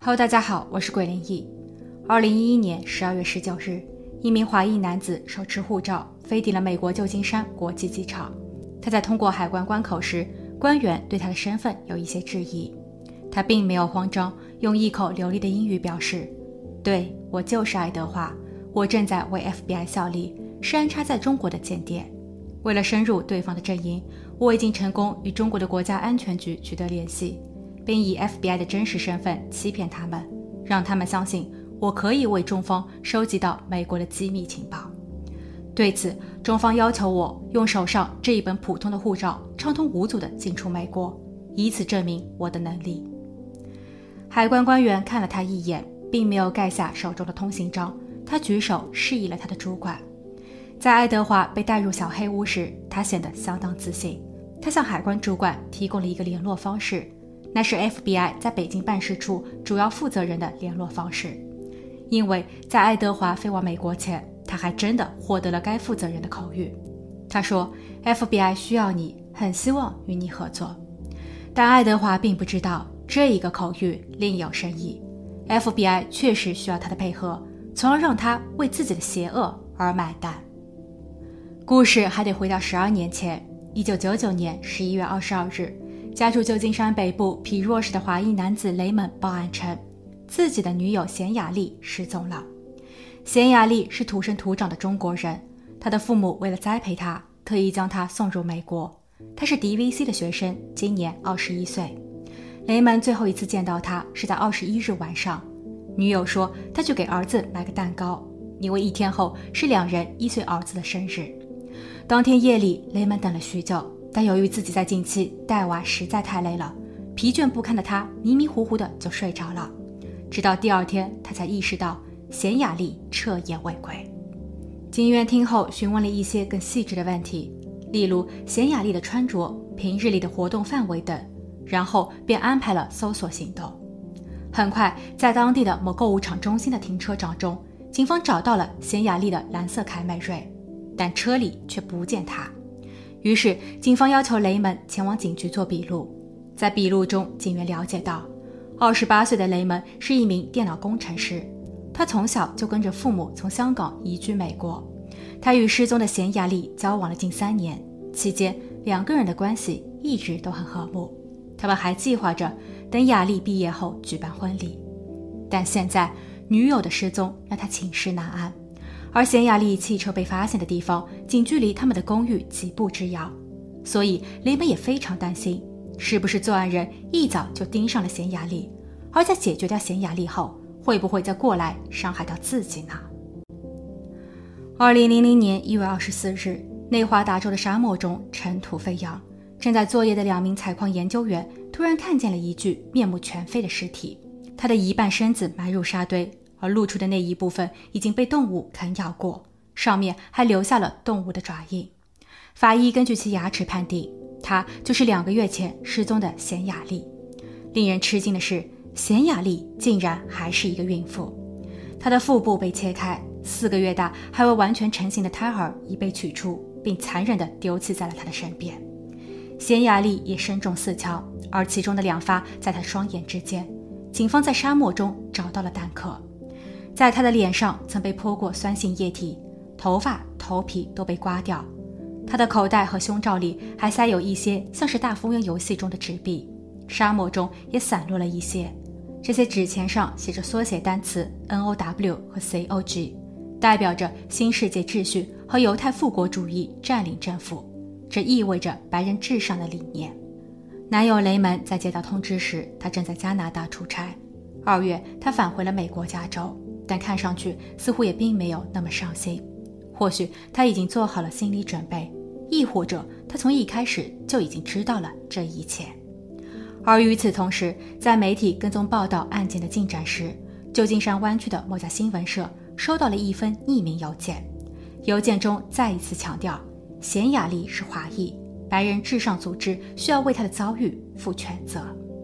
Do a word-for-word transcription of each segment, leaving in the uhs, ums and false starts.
Hello， 大家好，我是鬼灵异。二零一一年十二月十九日，一名华裔男子手持护照飞抵了美国旧金山国际机场。他在通过海关关口时，官员对他的身份有一些质疑。他并没有慌张，用一口流利的英语表示：对，我就是爱德华，我正在为 F B I 效力，是安插在中国的间谍。为了深入对方的阵营，我已经成功与中国的国家安全局取得联系，并以 F B I 的真实身份欺骗他们，让他们相信我可以为中方收集到美国的机密情报。对此，中方要求我用手上这一本普通的护照畅通无阻地进出美国，以此证明我的能力。海关官员看了他一眼，并没有盖下手中的通行章，他举手示意了他的主管。在爱德华被带入小黑屋时，他显得相当自信。他向海关主管提供了一个联络方式，那是 F B I 在北京办事处主要负责人的联络方式。因为在爱德华飞往美国前，他还真的获得了该负责人的口谕。他说 F B I 需要你，很希望与你合作。但爱德华并不知道这一个口谕另有深意， F B I 确实需要他的配合，从而让他为自己的邪恶而买单。故事还得回到十二年前，一九九九年十一月二十二日，家住旧金山北部皮若市的华裔男子雷蒙报案称，自己的女友贤雅丽失踪了。贤雅丽是土生土长的中国人，她的父母为了栽培她，特意将她送入美国。她是 D V C 的学生，今年二十一岁。雷蒙最后一次见到她是在二十一日晚上，女友说她去给儿子买个蛋糕，因为一天后是两人一岁儿子的生日。当天夜里，雷蒙等了许久，但由于自己在近期带娃实在太累了，疲倦不堪的他迷迷糊糊的就睡着了。直到第二天，他才意识到贤雅丽彻夜未归。警员听后询问了一些更细致的问题，例如贤雅丽的穿着、平日里的活动范围等，然后便安排了搜索行动。很快，在当地的某购物场中心的停车场中，警方找到了贤雅丽的蓝色凯美瑞，但车里却不见她。于是警方要求雷蒙前往警局做笔录。在笔录中，警员了解到二十八岁的雷蒙是一名电脑工程师，他从小就跟着父母从香港移居美国。他与失踪的贤雅丽交往了近三年，期间两个人的关系一直都很和睦，他们还计划着等雅丽毕业后举办婚礼。但现在女友的失踪让他寝食难安，而贤雅丽汽车被发现的地方仅距离他们的公寓几步之遥，所以雷蒙也非常担心，是不是作案人一早就盯上了贤雅丽，而在解决掉贤雅丽后，会不会再过来伤害到自己呢？二零零零年一月二十四日，内华达州的沙漠中尘土飞扬，正在作业的两名采矿研究员突然看见了一具面目全非的尸体，他的一半身子埋入沙堆，而露出的那一部分已经被动物啃咬过，上面还留下了动物的爪印。法医根据其牙齿判定，她就是两个月前失踪的贤雅丽。令人吃惊的是，贤雅丽竟然还是一个孕妇。她的腹部被切开，四个月大还未完全成型的胎儿已被取出，并残忍地丢弃在了她的身边。贤雅丽也身中四枪，而其中的两发在她双眼之间。警方在沙漠中找到了弹壳，在她的脸上曾被泼过酸性液体，头发、头皮都被刮掉。她的口袋和胸罩里还塞有一些像是大富翁游戏中的纸币，沙漠中也散落了一些。这些纸钱上写着缩写单词 N O W 和 C O G， 代表着新世界秩序和犹太复国主义占领政府，这意味着白人至上的理念。男友雷蒙在接到通知时，他正在加拿大出差。二月，他返回了美国加州，但看上去似乎也并没有那么上心。或许他已经做好了心理准备，亦或者他从一开始就已经知道了这一切。而与此同时，在媒体跟踪报道案件的进展时，旧金山湾区的某家新闻社收到了一封匿名邮件，邮件中再一次强调贤雅丽是华裔，白人至上组织需要为她的遭遇负全责。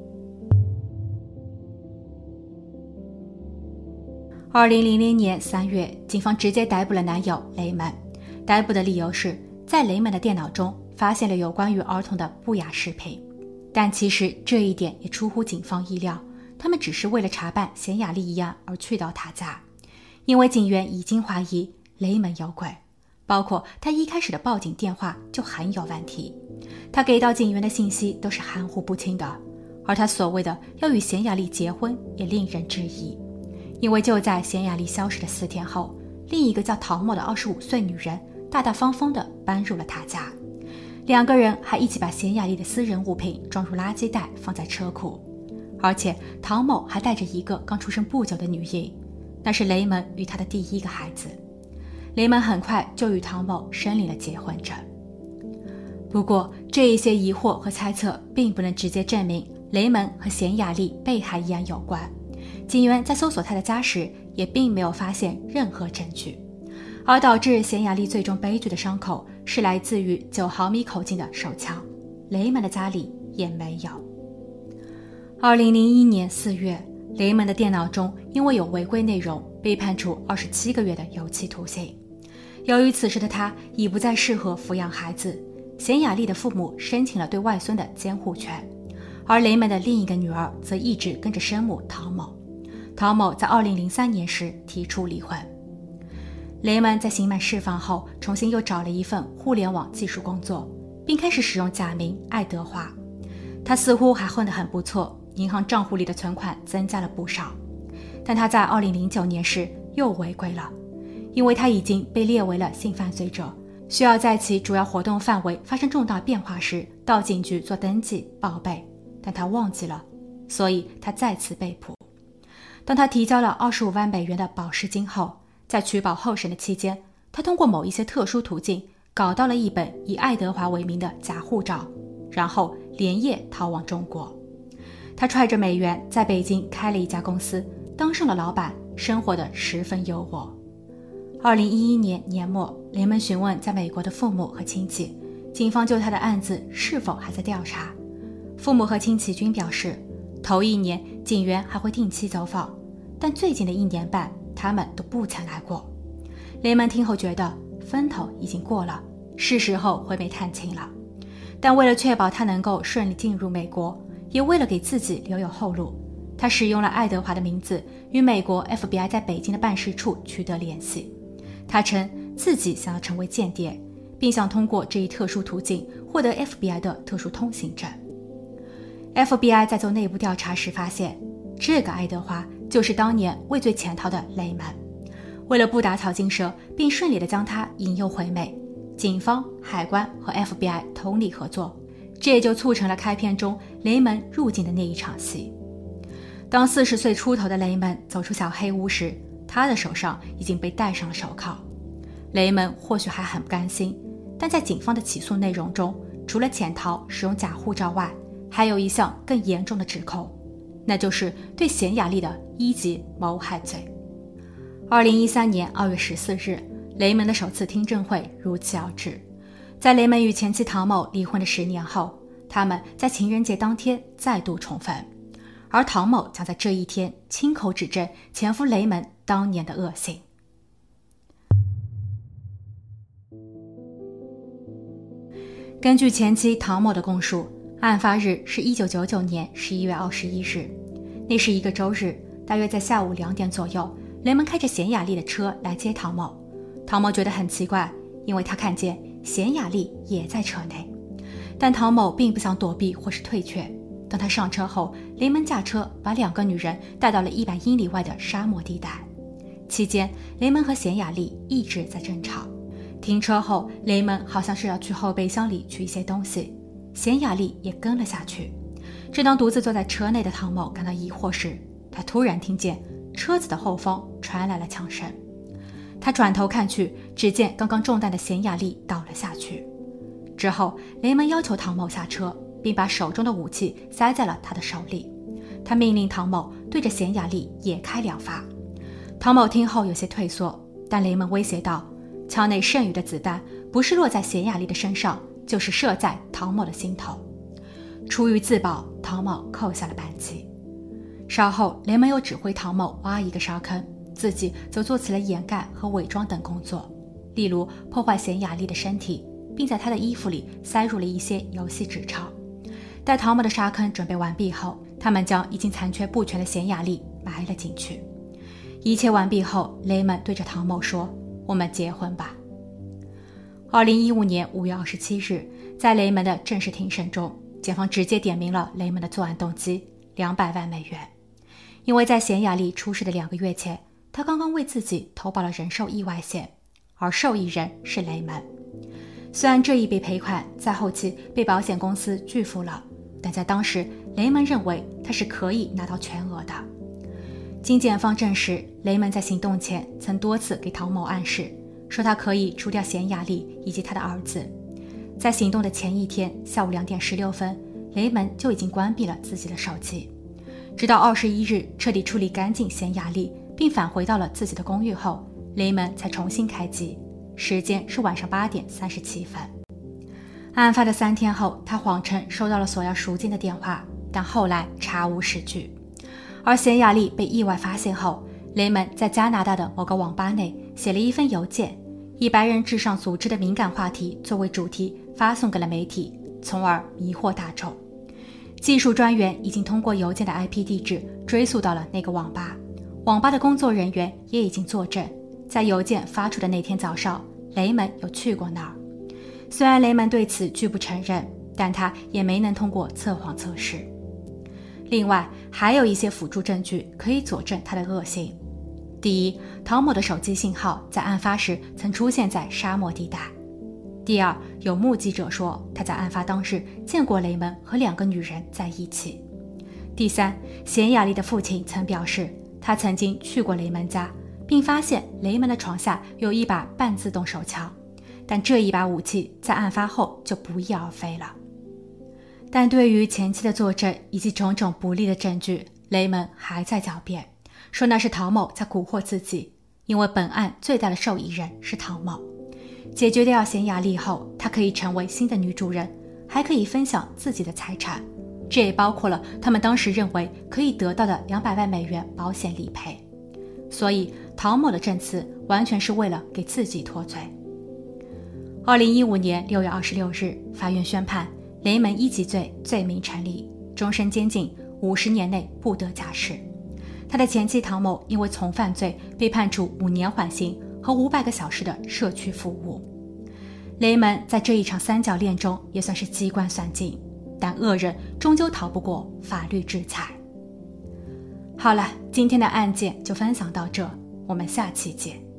二零零零年三月，警方直接逮捕了男友雷蒙。逮捕的理由是，在雷蒙的电脑中发现了有关于儿童的不雅视频。但其实这一点也出乎警方意料， 他们只是为了查办贤雅丽一案而去到他家，因为警员已经怀疑雷蒙有鬼，包括他一开始的报警电话就很有问题，他给到警员的信息都是含糊不清的，而他所谓的要与贤雅丽结婚也令人质疑，因为就在贤雅丽消失的四天后，另一个叫陶某的二十五岁女人大大方方地搬入了他家，两个人还一起把贤雅丽的私人物品装入垃圾袋放在车库，而且陶某还带着一个刚出生不久的女婴，那是雷蒙与他的第一个孩子。雷蒙很快就与陶某申领了结婚证。不过这一些疑惑和猜测并不能直接证明雷蒙和贤雅丽被害一案有关，警员在搜索他的家时也并没有发现任何证据，而导致贤雅丽最终悲剧的伤口是来自于九毫米口径的手枪，雷蒙的家里也没有。二零零一年四月，雷蒙的电脑中因为有违规内容被判处二十七个月的有期徒刑。由于此时的他已不再适合抚养孩子，贤雅丽的父母申请了对外孙的监护权，而雷蒙的另一个女儿则一直跟着生母陶某。陶某在二零零三年时提出离婚。雷蒙在刑满释放后，重新又找了一份互联网技术工作，并开始使用假名爱德华。他似乎还混得很不错，银行账户里的存款增加了不少。但他在二零零九年时又违规了，因为他已经被列为了性犯罪者，需要在其主要活动范围发生重大变化时到警局做登记报备，但他忘记了，所以他再次被捕。当他提交了二十五万美元的保释金后，在取保候审的期间，他通过某一些特殊途径搞到了一本以爱德华为名的假护照，然后连夜逃往中国。他揣着美元在北京开了一家公司，当上了老板，生活得十分优渥。二零一一年年末，雷蒙询问在美国的父母和亲戚，警方就他的案子是否还在调查。父母和亲戚均表示，头一年警员还会定期走访，但最近的一年半他们都不曾来过。雷蒙听后觉得风头已经过了，是时候回美探亲了。但为了确保他能够顺利进入美国，也为了给自己留有后路，他使用了爱德华的名字与美国 F B I 在北京的办事处取得联系。他称自己想要成为间谍，并想通过这一特殊途径获得 F B I 的特殊通行证。F B I 在做内部调查时发现，这个爱德华就是当年畏罪潜逃的雷蒙。为了不打草惊蛇，并顺利地将他引诱回美，警方、海关和 F B I 通力合作，这也就促成了开篇中雷蒙入境的那一场戏。当四十岁出头的雷蒙走出小黑屋时，他的手上已经被戴上了手铐。雷蒙或许还很不甘心，但在警方的起诉内容中，除了潜逃、使用假护照外，还有一项更严重的指控，那就是对贤雅丽的一级谋害罪。二零一三年二月十四日，雷蒙的首次听证会如期而至。在雷蒙与前妻陶某离婚的十年后，他们在情人节当天再度重逢，而陶某将在这一天亲口指证前夫雷蒙当年的恶行。根据前妻陶某的供述，案发日是一九九九年十一月二十一日，那是一个周日，大约在下午两点左右，雷蒙开着贤雅丽的车来接陶某。陶某觉得很奇怪，因为他看见贤雅丽也在车内，但陶某并不想躲避或是退却。当他上车后，雷蒙驾车把两个女人带到了一百英里外的沙漠地带。期间，雷蒙和贤雅丽一直在争吵。停车后，雷蒙好像是要去后备箱里取一些东西，贤雅丽也跟了下去。正当独自坐在车内的陶某感到疑惑时，他突然听见车子的后方传来了枪声。他转头看去，只见刚刚中弹的贤雅丽倒了下去。之后，雷蒙要求陶某下车，并把手中的武器塞在了他的手里。他命令陶某对着贤雅丽也开两发。陶某听后有些退缩，但雷蒙威胁道，枪内剩余的子弹不是落在贤雅丽的身上，就是射在陶某的心头。出于自保，陶某扣下了扳机。稍后，雷蒙又指挥陶某挖一个沙坑，自己则做起了掩盖和伪装等工作，例如破坏贤雅丽的身体，并在她的衣服里塞入了一些游戏纸钞。待陶某的沙坑准备完毕后， 他们将已经残缺不全的贤雅丽埋了进去。一切完毕后，雷蒙对着唐某说：“我们结婚吧。”二零一五年五月二十七日，在雷蒙的正式庭审中，检方直接点明了雷蒙的作案动机：两百万美元。因为在贤雅丽出事的两个月前，他刚刚为自己投保了人寿意外险，而受益人是雷蒙。虽然这一笔赔款在后期被保险公司拒付了，但在当时，雷蒙认为他是可以拿到全额的。经检方证实，雷蒙在行动前曾多次给唐某暗示，说他可以除掉贤雅丽以及他的儿子。在行动的前一天下午两点十六分，雷蒙就已经关闭了自己的手机。直到二十一日彻底处理干净贤雅丽，并返回到了自己的公寓后，雷蒙才重新开机，时间是晚上八点三十七分。案发的三天后，他谎称收到了索要赎金的电话，但后来查无实据。而贤雅丽被意外发现后，雷蒙在加拿大的某个网吧内写了一封邮件，以白人至上组织的敏感话题作为主题发送给了媒体，从而迷惑大众。技术专员已经通过邮件的 I P 地址追溯到了那个网吧，网吧的工作人员也已经作证，在邮件发出的那天早上，雷蒙有去过那儿。虽然雷蒙对此拒不承认，但他也没能通过测谎测试。另外，还有一些辅助证据可以佐证他的恶行。第一，唐某的手机信号在案发时曾出现在沙漠地带。第二，有目击者说他在案发当日见过雷蒙和两个女人在一起。第三，贤雅丽的父亲曾表示，他曾经去过雷蒙家，并发现雷蒙的床下有一把半自动手枪，但这一把武器在案发后就不翼而飞了。但对于前期的作证以及种种不利的证据，雷蒙还在狡辩，说那是唐某在蛊惑自己，因为本案最大的受益人是唐某。解决掉贤雅丽后，他可以成为新的女主人，还可以分享自己的财产，这也包括了他们当时认为可以得到的两百万美元保险理赔。所以唐某的证词完全是为了给自己脱罪。二零一五年六月二十六日，法院宣判雷蒙一级罪罪名成立，终身监禁，五十年内不得假释。他的前妻唐某因为从犯罪被判处五年缓刑和五百个小时的社区服务。雷蒙在这一场三角恋中也算是机关算尽，但恶人终究逃不过法律制裁。好了，今天的案件就分享到这，我们下期见。